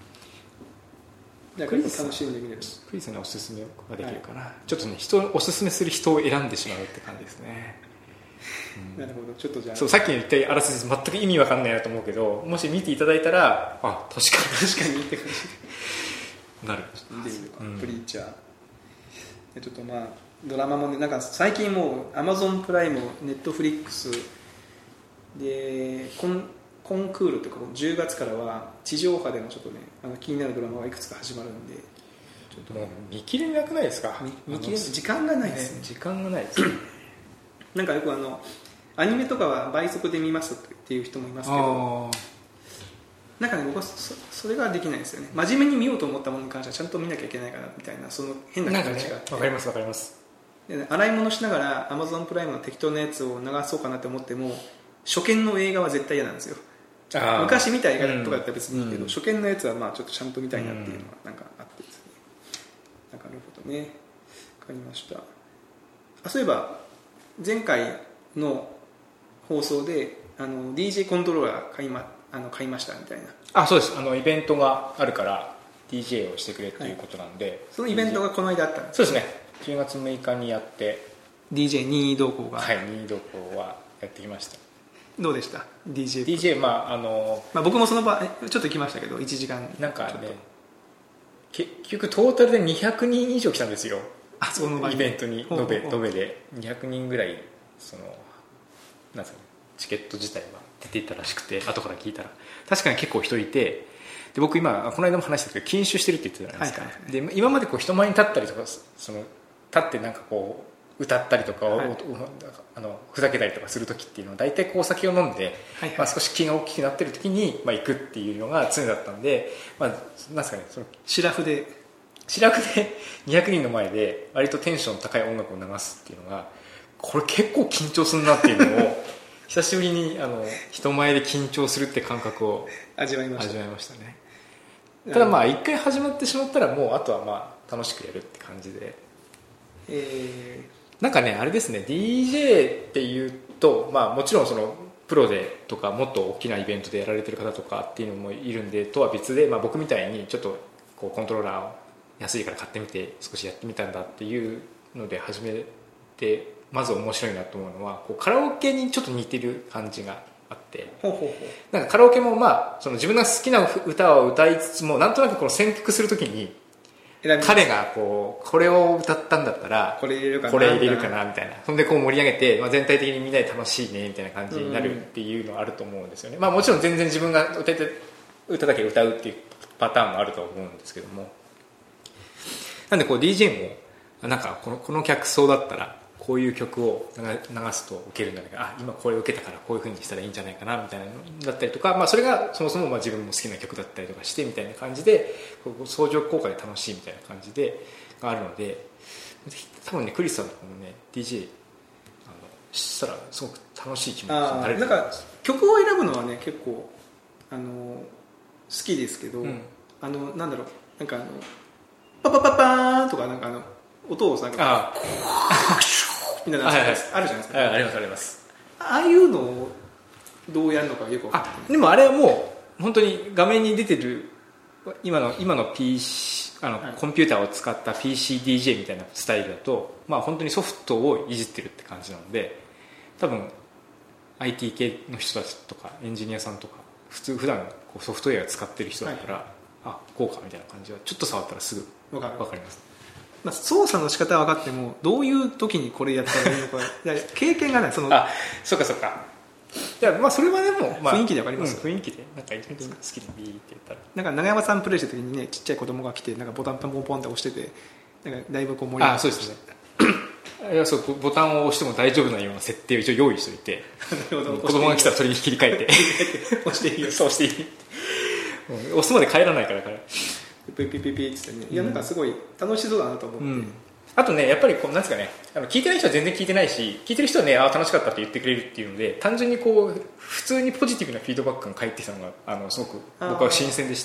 Speaker 2: クリス
Speaker 1: 楽しんで見れる。
Speaker 2: クリスにおすすめができるかな、ちょっとねおすすめする人を選んでしまうって感じですね。
Speaker 1: なるほど。ちょっとじゃあ
Speaker 2: さっき言ったあらすじ全く意味わかんないなと思うけど、もし見ていただいたら確か
Speaker 1: にって感
Speaker 2: じなる。
Speaker 1: 見てみるか、プリーチャー。ちょっとドラマもね、なんか最近もう Amazon プライム、Netflix でコンクールとか10月からは地上波でもちょっとね気になるドラマがいくつか始まるんで、
Speaker 2: ちょっともう見切れなくないですか？
Speaker 1: 見切れ時間がないですね。
Speaker 2: 時間がないです
Speaker 1: なんかよくアニメとかは倍速で見ますっていう人もいますけど、なんかね僕はそれができないんですよね。真面目に見ようと思ったものに関してはちゃんと見なきゃいけないかなみたいな、その変な感じがあって、
Speaker 2: わかります
Speaker 1: で、ね、洗い物しながら Amazon プライムの適当なやつを流そうかなって思っても、初見の映画は絶対嫌なんですよ。昔見た映画とかだったら別にいいけど、初見のやつはちょっとちゃんと見たいなっていうのがなんかあってですね。なるほどね、分かりました。そういえば前回の放送でDJ コントローラー買いましたみたいな。
Speaker 2: そうです。イベントがあるから DJ をしてくれっていうことなんで、
Speaker 1: そのイベントがこの間あったんです。
Speaker 2: そうですね、10月6日にやって、
Speaker 1: DJ 任意同行が
Speaker 2: 任意同行はやってきました。
Speaker 1: どうでした DJ？
Speaker 2: 僕
Speaker 1: もその場ちょっと行きましたけど1時間
Speaker 2: なんかね、結局トータルで200人以上来たんですよ。
Speaker 1: その場に
Speaker 2: イベントに延べで200人ぐらいなんですかね、チケット自体は出ていたらしくて、後から聞いたら確かに結構人いて、で僕今この間も話したけど禁酒してるって言ってたじゃないですか、で今まで人前に立ったりとか立ってなんか歌ったりとか、ふざけたりとかする時っていうのは大体お酒を飲んで、少し気が大きくなってる時に、行くっていうのが常だったんで、なんですかね、
Speaker 1: シラフで
Speaker 2: 200人の前で割とテンション高い音楽を流すっていうのが、これ結構緊張するなっていうのを久しぶりに人前で緊張するって感覚を
Speaker 1: 味わいました
Speaker 2: ね。ただ一回始まってしまったらもうあとは楽しくやるって感じで、なんかねあれですね、 DJ っていうと、もちろんプロでとかもっと大きなイベントでやられてる方とかっていうのもいるんでとは別で、僕みたいにちょっとコントローラーを安いから買ってみて少しやってみたんだっていうので始めて、まず面白いなと思うのはカラオケにちょっと似てる感じがあって、なんかカラオケも自分が好きな歌を歌いつつも、なんとなく選曲するときに彼がこれを歌ったんだったら
Speaker 1: これ入れる
Speaker 2: かなみたいな、そんで盛り上げて、全体的にみんなで楽しいねみたいな感じになるっていうのがあると思うんですよね。もちろん全然自分が歌だけ歌うっていうパターンもあると思うんですけども、なんでDJ もなんかこの客層だったらこういう曲を流すと受けるんじゃないか、今これを受けたからこういう風にしたらいいんじゃないかなみたいなのだったりとか、それがそもそも自分も好きな曲だったりとかしてみたいな感じで相乗効果で楽しいみたいな感じでがあるので、多分ねクリスさんとかもね DJ したらすごく楽しい気持ちになれる。
Speaker 1: なんか曲を選ぶのはね結構好きですけど、なんだろう、なんかパパパパーンとかなんか音をなんかみたいなあるじゃないですか。
Speaker 2: ありますあります。
Speaker 1: ああいうのをどうやるのかよく分かんない。
Speaker 2: でもあれはもう本当に画面に出てる今の PC コンピューターを使った PCDJ みたいなスタイルだと、本当にソフトをいじってるって感じなので、多分 IT 系の人たちとかエンジニアさんとか普段ソフトウェアを使ってる人だから、こうかみたいな感じはちょっと触ったらすぐ分かります。
Speaker 1: 操作の仕方は分かってもどういう時にこれやったらいいのか経験がない。
Speaker 2: そうかそうか。じゃあそれはでも、
Speaker 1: 雰囲気で分かります。
Speaker 2: 雰囲気でなんか好きでビーって言ったら
Speaker 1: なんか長山さんプレイした時にね、ちっちゃい子供が来てなんかボタンポンポンって押してて、なんかだいぶこう盛り上がって、
Speaker 2: そうですねいやそうボタンを押しても大丈夫なような設定を一応用意しておいて子供が来たらそれに切り替えて
Speaker 1: 押していいよ
Speaker 2: そう押していい押すまで帰らないから
Speaker 1: ピピピピって言ってね、いやなんかすごい楽しそうだなと思って、
Speaker 2: あとねやっぱりなんですかね、聞いてない人は全然聞いてないし、聞いてる人はね楽しかったって言ってくれるっていうので、単純に普通にポジティブなフィードバックが返ってきたのがすごく僕は新鮮でした。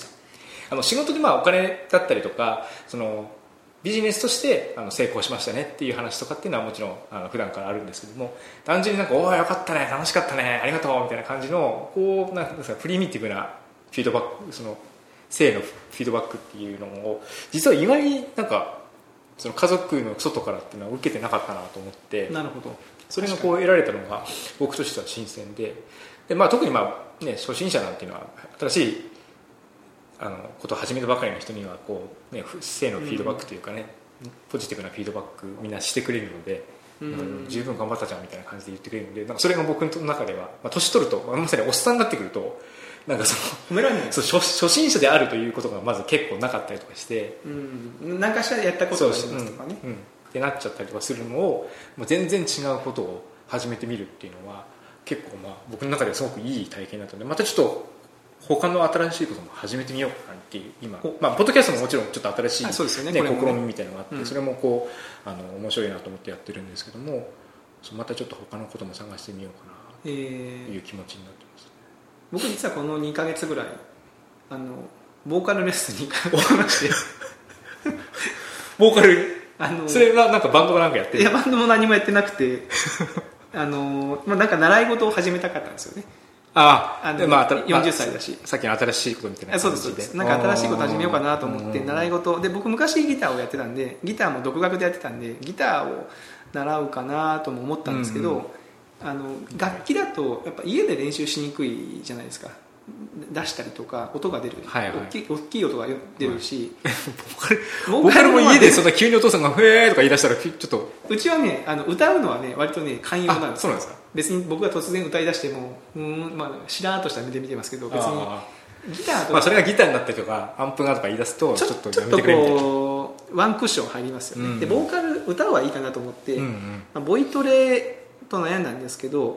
Speaker 2: 仕事でお金だったりとかビジネスとして成功しましたねっていう話とかっていうのはもちろん普段からあるんですけども、単純になんかおーよかったね楽しかったねありがとうみたいな感じのなんですかプリミティブなフィードバック、性のフィードバックっていうのを実は意外になんか家族の外からっていうのは受けてなかったなと思って、
Speaker 1: なるほど、
Speaker 2: それが得られたのが僕としては新鮮で、特に初心者なんていうのは新しいことを始めたばかりの人には性のフィードバックというかね、ポジティブなフィードバックみんなしてくれるので、十分頑張ったじゃんみたいな感じで言ってくれるので、なんかそれが僕の中では、年取るとまさにおっさんになってくるとなんか
Speaker 1: 褒められない、
Speaker 2: 初心者であるということがまず結構なかったりとかして、
Speaker 1: 何かしらやったことがありますとかね、
Speaker 2: ってなっちゃったりとかするのを全然違うことを始めてみるっていうのは結構僕の中ではすごくいい体験だったので、またちょっと他の新しいことも始めてみようかなっていう今、ポッドキャストももちろんちょっと新しい、試みみたいなのがあって、それも面白いなと思ってやってるんですけども、またちょっと他のことも探してみようかなという気持ちになってます、
Speaker 1: 僕実はこの2ヶ月ぐらいボーカルレッスンに通いまして
Speaker 2: ボーカルそれはなんかバンドがなんかやってる？
Speaker 1: いやバンドも何もやってなくてなんか習い事を始めたかったんですよね。40歳だし、
Speaker 2: さっきの新しいことみたいな感じで、
Speaker 1: そうです、なんか新しいこと始めようかなと思って習い事で、僕昔ギターをやってたんで、ギターも独学でやってたんでギターを習うかなとも思ったんですけど、楽器だとやっぱ家で練習しにくいじゃないですか。出したりとか音が出る、大きい音が出るし、
Speaker 2: ボーカルも家でそんな急にお父さんが「へー」とか言い出したらちょっと、
Speaker 1: うちはね歌うのはね割とね寛容なんですよ。そうなんですか。別に僕が突然歌い出してもしらーっとした目で見てますけど、別にギターとか、
Speaker 2: それがギターになったりとかアンプがとか言い出すとちょっとやめてくれみたいな、
Speaker 1: ワンクッション入りますよね、でボーカル歌はいいかなと思って、ボイトレと悩んだんですけど、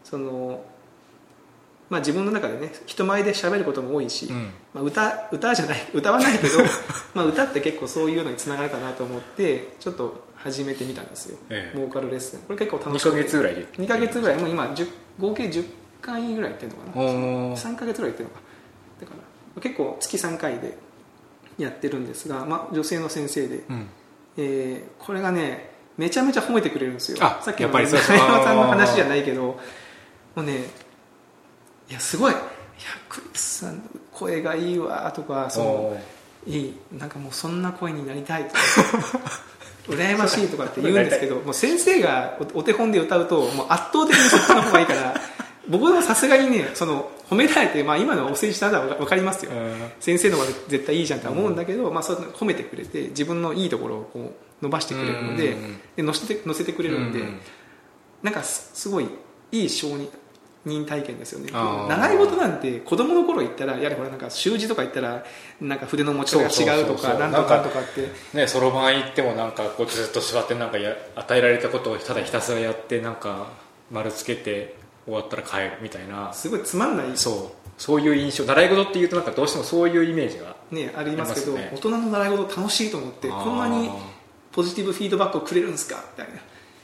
Speaker 1: 自分の中でね人前で喋ることも多いし、歌わないけど歌って結構そういうのにつながるかなと思ってちょっと始めてみたんですよ、ボーカルレッスン。これ結構楽しくて
Speaker 2: 2ヶ月ぐらいで
Speaker 1: 2ヶ月ぐらいもう今合計10回ぐらいやってるのかな、3ヶ月ぐらいやってるのかだから結構月3回でやってるんですが、女性の先生で、これがねめちゃめちゃ褒めてくれるんですよ。さっきの中山さんの話じゃないけど、もうねいやすごい、いやクリスさん声がいいわとか、いいなんかもうそんな声になりたいとか羨ましいとかって言うんですけど、もう先生がお手本で歌うともう圧倒的にそっちの方がいいから僕はさすがにね褒められて、今のお世辞したら分かりますよ、先生の方が絶対いいじゃんとは思うんだけど、そう褒めてくれて自分のいいところをこう伸ばしてくれるので、乗せてくれるので、なんかすごいいい承認体験ですよね。習い事なんて子供の頃行ったら、やはりこれなんか習字とか行ったらなんか筆の持ち方が違うとかなんとかとかって
Speaker 2: そろばん行ってもなんかこうずっと座ってなんか与えられたことをただひたすらやってなんか丸つけて終わったら帰るみたいな、
Speaker 1: すごいつまんない、
Speaker 2: そういう印象、習い事っていうとなんかどうしてもそういうイメージが
Speaker 1: ありますけど、大人の習い事楽しいと思って、こんなにポジティブフィードバックをくれるんですかみたいな、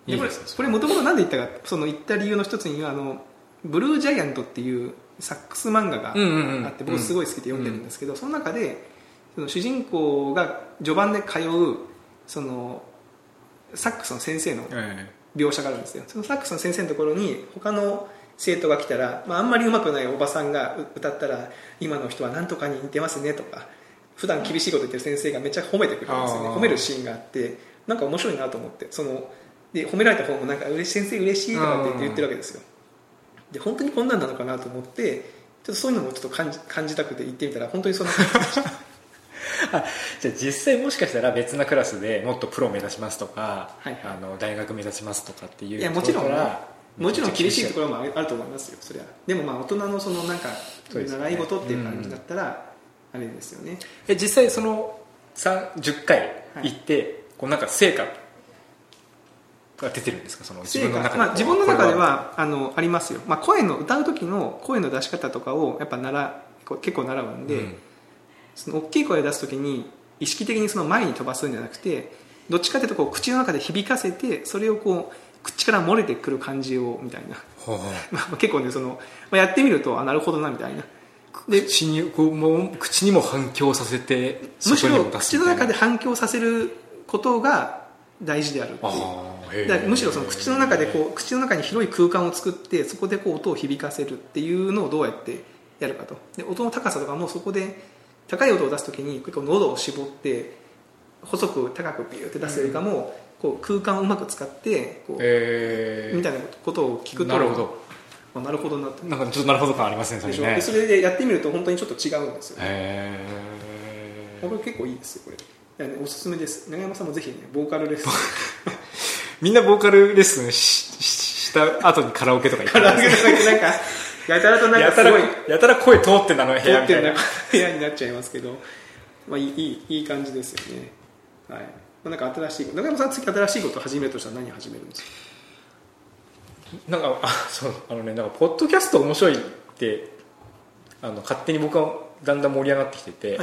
Speaker 1: でこれもともと何で言ったか、その言った理由の一つにはブルージャイアントっていうサックス漫画があって、僕すごい好きで読んでるんですけど、その中でその主人公が序盤で通うそのサックスの先生の描写があるんですよ。そのサックスの先生のところに他の生徒が来たら、あんまり上手くないおばさんが歌ったら、今の人は何とかに似てますねとか、普段厳しいこと言ってる先生がめっちゃ褒めてくれるんですよね。褒めるシーンがあって、なんか面白いなと思って、で褒められた方もなんか先生嬉しいとかって言ってるわけですよ。で本当にこんなんなのかなと思って、ちょっとそういうのもちょっと感じたくて行ってみたら、本当にそんな感じでした
Speaker 2: じゃあ実際もしかしたら別なクラスでもっとプロを目指しますとか、大学目指しますとかっていう、
Speaker 1: いやもちろん厳しいところもあると思いますよ、それは。でも大人のそのなんか習い事っていう感じだったらあれですよね。
Speaker 2: 実際その10回行って、こうなんか成果が出てるんですか、その自分の中で。
Speaker 1: 自分の中ではありますよ。声の歌う時の声の出し方とかをやっぱ結構習うんで、その大きい声を出す時に意識的にその前に飛ばすんじゃなくて、どっちかというとこう口の中で響かせて、それをこう口から漏れてくる感じをみたいな結構ねやってみるとなるほどなみたいな。
Speaker 2: で口にも反響させて、
Speaker 1: むしろ口の中で反響させることが大事であるっていう。だからむしろその口の中で口の中に広い空間を作って、そこで音を響かせるっていうのをどうやってやるかと。で音の高さとかもそこで高い音を出すときに結構喉を絞って細く高くビューって出すよりかも、こう空間をうまく使ってみたいなことを聞くと、
Speaker 2: なるほど
Speaker 1: なるほどなと、
Speaker 2: なんかちょっとなるほど感ありますね、それね。
Speaker 1: でそれでやってみると本当にちょっと違うんですよ、これ結構いいですよ、これ。おすすめです。長山さんもぜひね、ボーカルレッスン
Speaker 2: みんなボーカルレッスンした後にカラオケとか行ってますね。
Speaker 1: カラオケとか行ってなんかやたらとなんかすごい
Speaker 2: やたら声通ってんだの部屋みたいな
Speaker 1: 部屋になっちゃいますけど、いい感じですよね。はい。なんか新しいこと、中山さん次新しいことを始めるとしたら何を始めるんですか？
Speaker 2: なんかなんかポッドキャスト面白いって勝手に僕はだんだん盛り上がってきてて、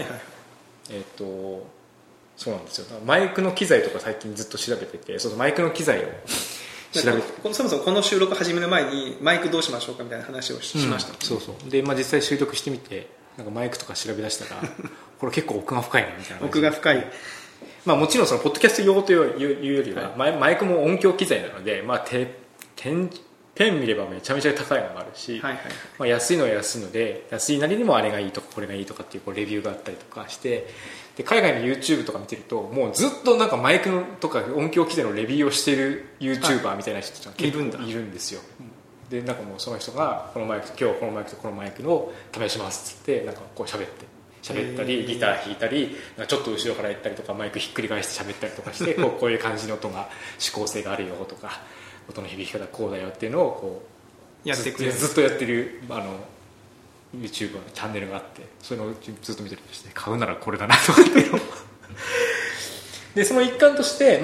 Speaker 2: そうなんですよ。マイクの機材とか最近ずっと調べてて、マイクの機材を調べて、
Speaker 1: そもそもこの収録始める前にマイクどうしましょうかみたいな話をしました、
Speaker 2: そうで、実際収録してみて、なんかマイクとか調べ出したらこれ結構奥が深いなみたいな。
Speaker 1: 奥が深い。
Speaker 2: もちろんポッドキャスト用というよりは、マイクも音響機材なので、ペン見ればめちゃめちゃ高いのもあるし、安いのは安いので、安いなりにもあれがいいとかこれがいいとかっていうレビューがあったりとかして、で海外の YouTube とか見てると、もうずっとなんかマイクのとか音響機材のレビューをしている YouTuber みたいな人が結構いるんですよ。でなんかもうその人が今日このマイクとこのマイクを試しますって言って、なんかこう喋ったり、ギター弾いたり、ちょっと後ろからやったりとか、マイクひっくり返して喋ったりとかしてこういう感じの音が指向性があるよとか、音の響き方こうだよっていうのをこう
Speaker 1: やってくれる、
Speaker 2: ずっとやってるYouTube のチャンネルがあって、そういうのをずっと見てるとして、買うならこれだなとかっていうのでその一環として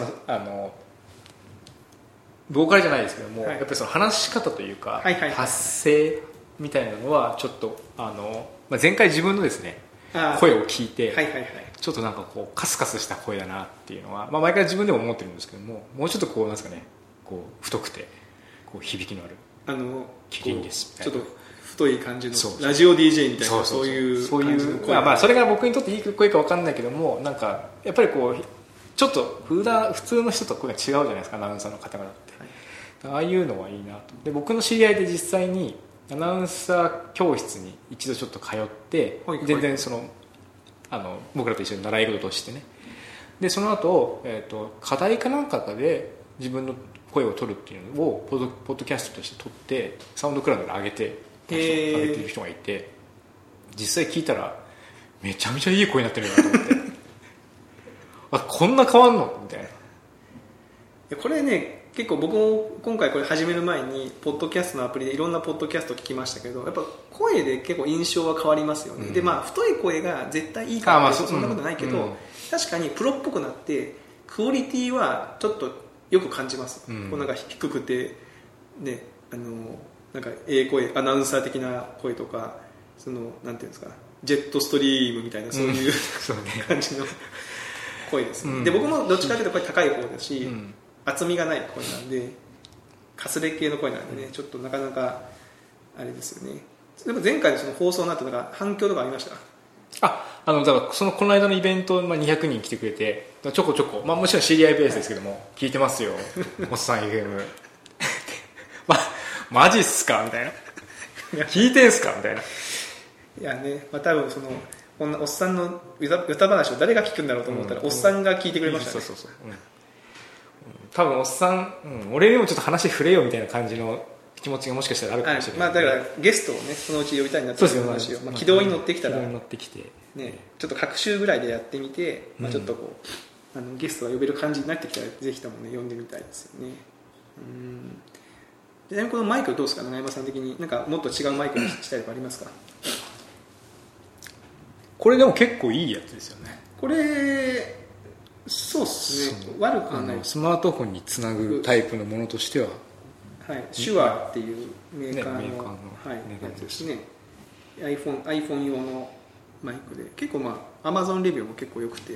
Speaker 2: ボーカルじゃないですけども、やっぱり話し方というか、発声みたいなのはちょっと前回自分のですね声を聞いて、ちょっとなんかこうカスカスした声だなっていうのは、毎回自分でも思ってるんですけども、もうちょっとこうなんですかね、こう太くてこう響きのあるキリンですみたいな、
Speaker 1: ちょっと太い感じのラジオ DJ みたいな、そういう
Speaker 2: 声、それが僕にとっていい声か分かんないけども、なんかやっぱりこうちょっと普通の人と声が違うじゃないですか、アナウンサーの方々って、ああいうのはいいなと。で僕の知り合いで実際にアナウンサー教室に一度ちょっと通って、全然僕らと一緒に習い事としてね、でその後、課題かなんかで自分の声を取るっていうのをポッドキャストとして取ってサウンドクラウドで上げている人がいて、実際聞いたらめちゃめちゃいい声になってるなと思ってこんな変わんのみたいな。
Speaker 1: これね、結構僕も今回これ始める前にポッドキャストのアプリでいろんなポッドキャスト聞きましたけど、やっぱ声で結構印象は変わりますよね、で太い声が絶対いいかってそんなことないけど、確かにプロっぽくなってクオリティはちょっとよく感じます、こうなんか低くてね、なんか声、アナウンサー的な声とか、なんていうんですか、ジェットストリームみたいなそういう、感じの声ですね、で僕もどっちかというとこれ高い方だし、 厚みがない声なんで、かすれ系の声なんでね、ちょっとなかなかあれですよね。でも前回のその放送になったから反響とかありました？
Speaker 2: だからこの間のイベント、200人来てくれて、ちょこちょこ、もちろん知り合いベースですけども、聞いてますよおっさん FM マジっすかみたいな聞いてんすかみたいな。
Speaker 1: いやね、多分そのこんなおっさんの歌話を誰が聞くんだろうと思ったら、おっさんが聞いてくれましたね。
Speaker 2: そう、多分おっさん、俺にもちょっと話触れよみたいな感じの気持ちがもしかしたらあるかもしれない。
Speaker 1: だからゲストをね、そのうち呼びたいなっていう話を、軌道に乗ってきたら、ね、ちょっと各週ぐらいでやってみて、ちょっとこうゲストが呼べる感じになってきたら、ぜひともね呼んでみたいですよね。ちなみにこのマイクどうですか、長山さん的に。なんかもっと違うマイクにしたいとかありますか？
Speaker 2: これでも結構いいやつですよね。
Speaker 1: これそうですね、悪くはない。
Speaker 2: スマートフォンにつなぐタイプのものとしては、
Speaker 1: 手話っていうメーカーのやつですね。 iPhone 用のマイクで、結構Amazon レビューも結構良くて、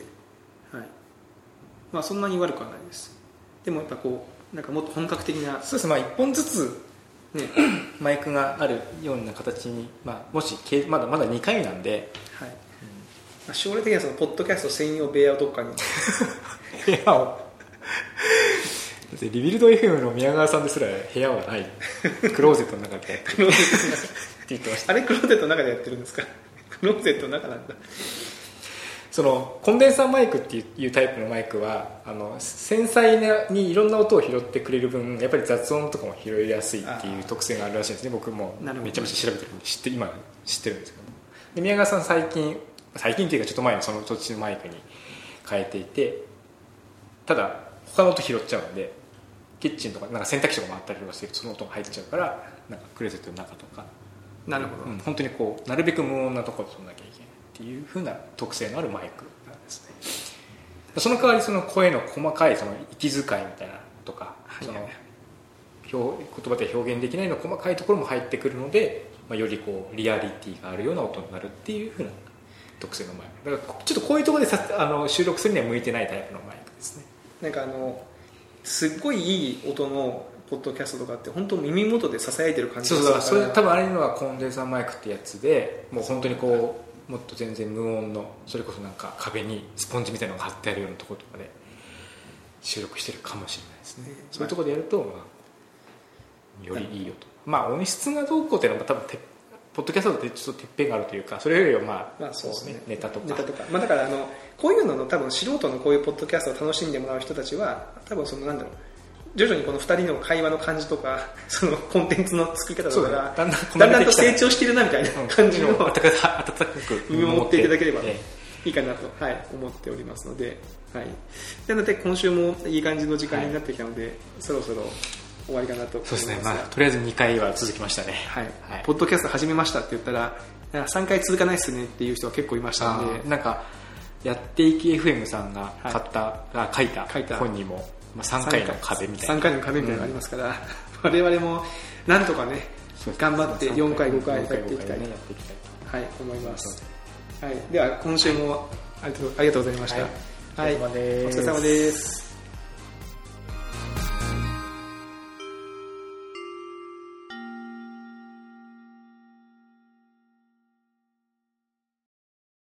Speaker 1: そんなに悪くはないです。でもやっぱこうなんかもっと本格的な、
Speaker 2: そうですね、1本ずつ、マイクがあるような形に、もしまだ2回なんで、
Speaker 1: 将来的にはそのポッドキャスト専用部屋をどっかに
Speaker 2: 部屋をリビルド FM の宮川さんですら部屋はない。クローゼットの中でやってるって言ってました。
Speaker 1: あれクローゼットの中でやってるんですか？クローゼットの中なんだ。
Speaker 2: そのコンデンサーマイクっていうタイプのマイクは繊細にいろんな音を拾ってくれる分、やっぱり雑音とかも拾いやすいっていう特性があるらしいんですね。僕もめちゃめちゃ調べてるんで今知ってるんですけども、で宮川さん最近っていうかちょっと前にその土地のマイクに変えていて、ただ他の音拾っちゃうんで、キッチンとかなんか洗濯機とか回ったりとかしてその音が入っちゃうから、なんかクローゼットの中とか、
Speaker 1: なるほど、
Speaker 2: 本当にこうなるべく無音なところで撮んなきゃいけないっていう風な特性のあるマイクなんですね。その代わりその声の細かいその息遣いみたいなとか、その言葉で表現できないの細かいところも入ってくるので、よりこうリアリティがあるような音になるっていう風な特性のマイクだから、ちょっとこういうところで収録するには向いてないタイプのマイクですね。
Speaker 1: なんかすっごいいい音のポッドキャストとかって本当耳元で囁いてる感じがするから、
Speaker 2: それ多分あれのはコンデンサーマイクってやつで、もう本当にこうもっと全然無音の、それこそなんか壁にスポンジみたいなのが貼ってあるようなところとかで収録してるかもしれないですね。そういうところでやると、よりいい音、音質がどうこうっていうのは多分ポッドキャストってちょっとてっぺんがあるというか、それよりは
Speaker 1: そうですね、
Speaker 2: ネタとか、
Speaker 1: だからこういうのの多分素人のこういうポッドキャストを楽しんでもらう人たちは、多分そのなんだろう、徐々にこの2人の会話の感じとか、そのコンテンツの作り方とかがだんだんと成長してるなみたいな感じの温かく見守っていただければいいかなと、思っておりますので、なので今週もいい感じの時間になってきたので、そろそろ終わりかなと思います。
Speaker 2: そうですね、とりあえず2回は続きましたね。
Speaker 1: ポッドキャスト始めましたって言ったら3回続かないっすねっていう人は結構いましたので、
Speaker 2: なんかやっていき FM さんが書いた本にも3回の壁みたいな
Speaker 1: 3回の壁みたいなのがありますから、我々もなんとかね頑張って4回5回やっていきたいと思います。では今週もありがとうございました。お疲れ様です。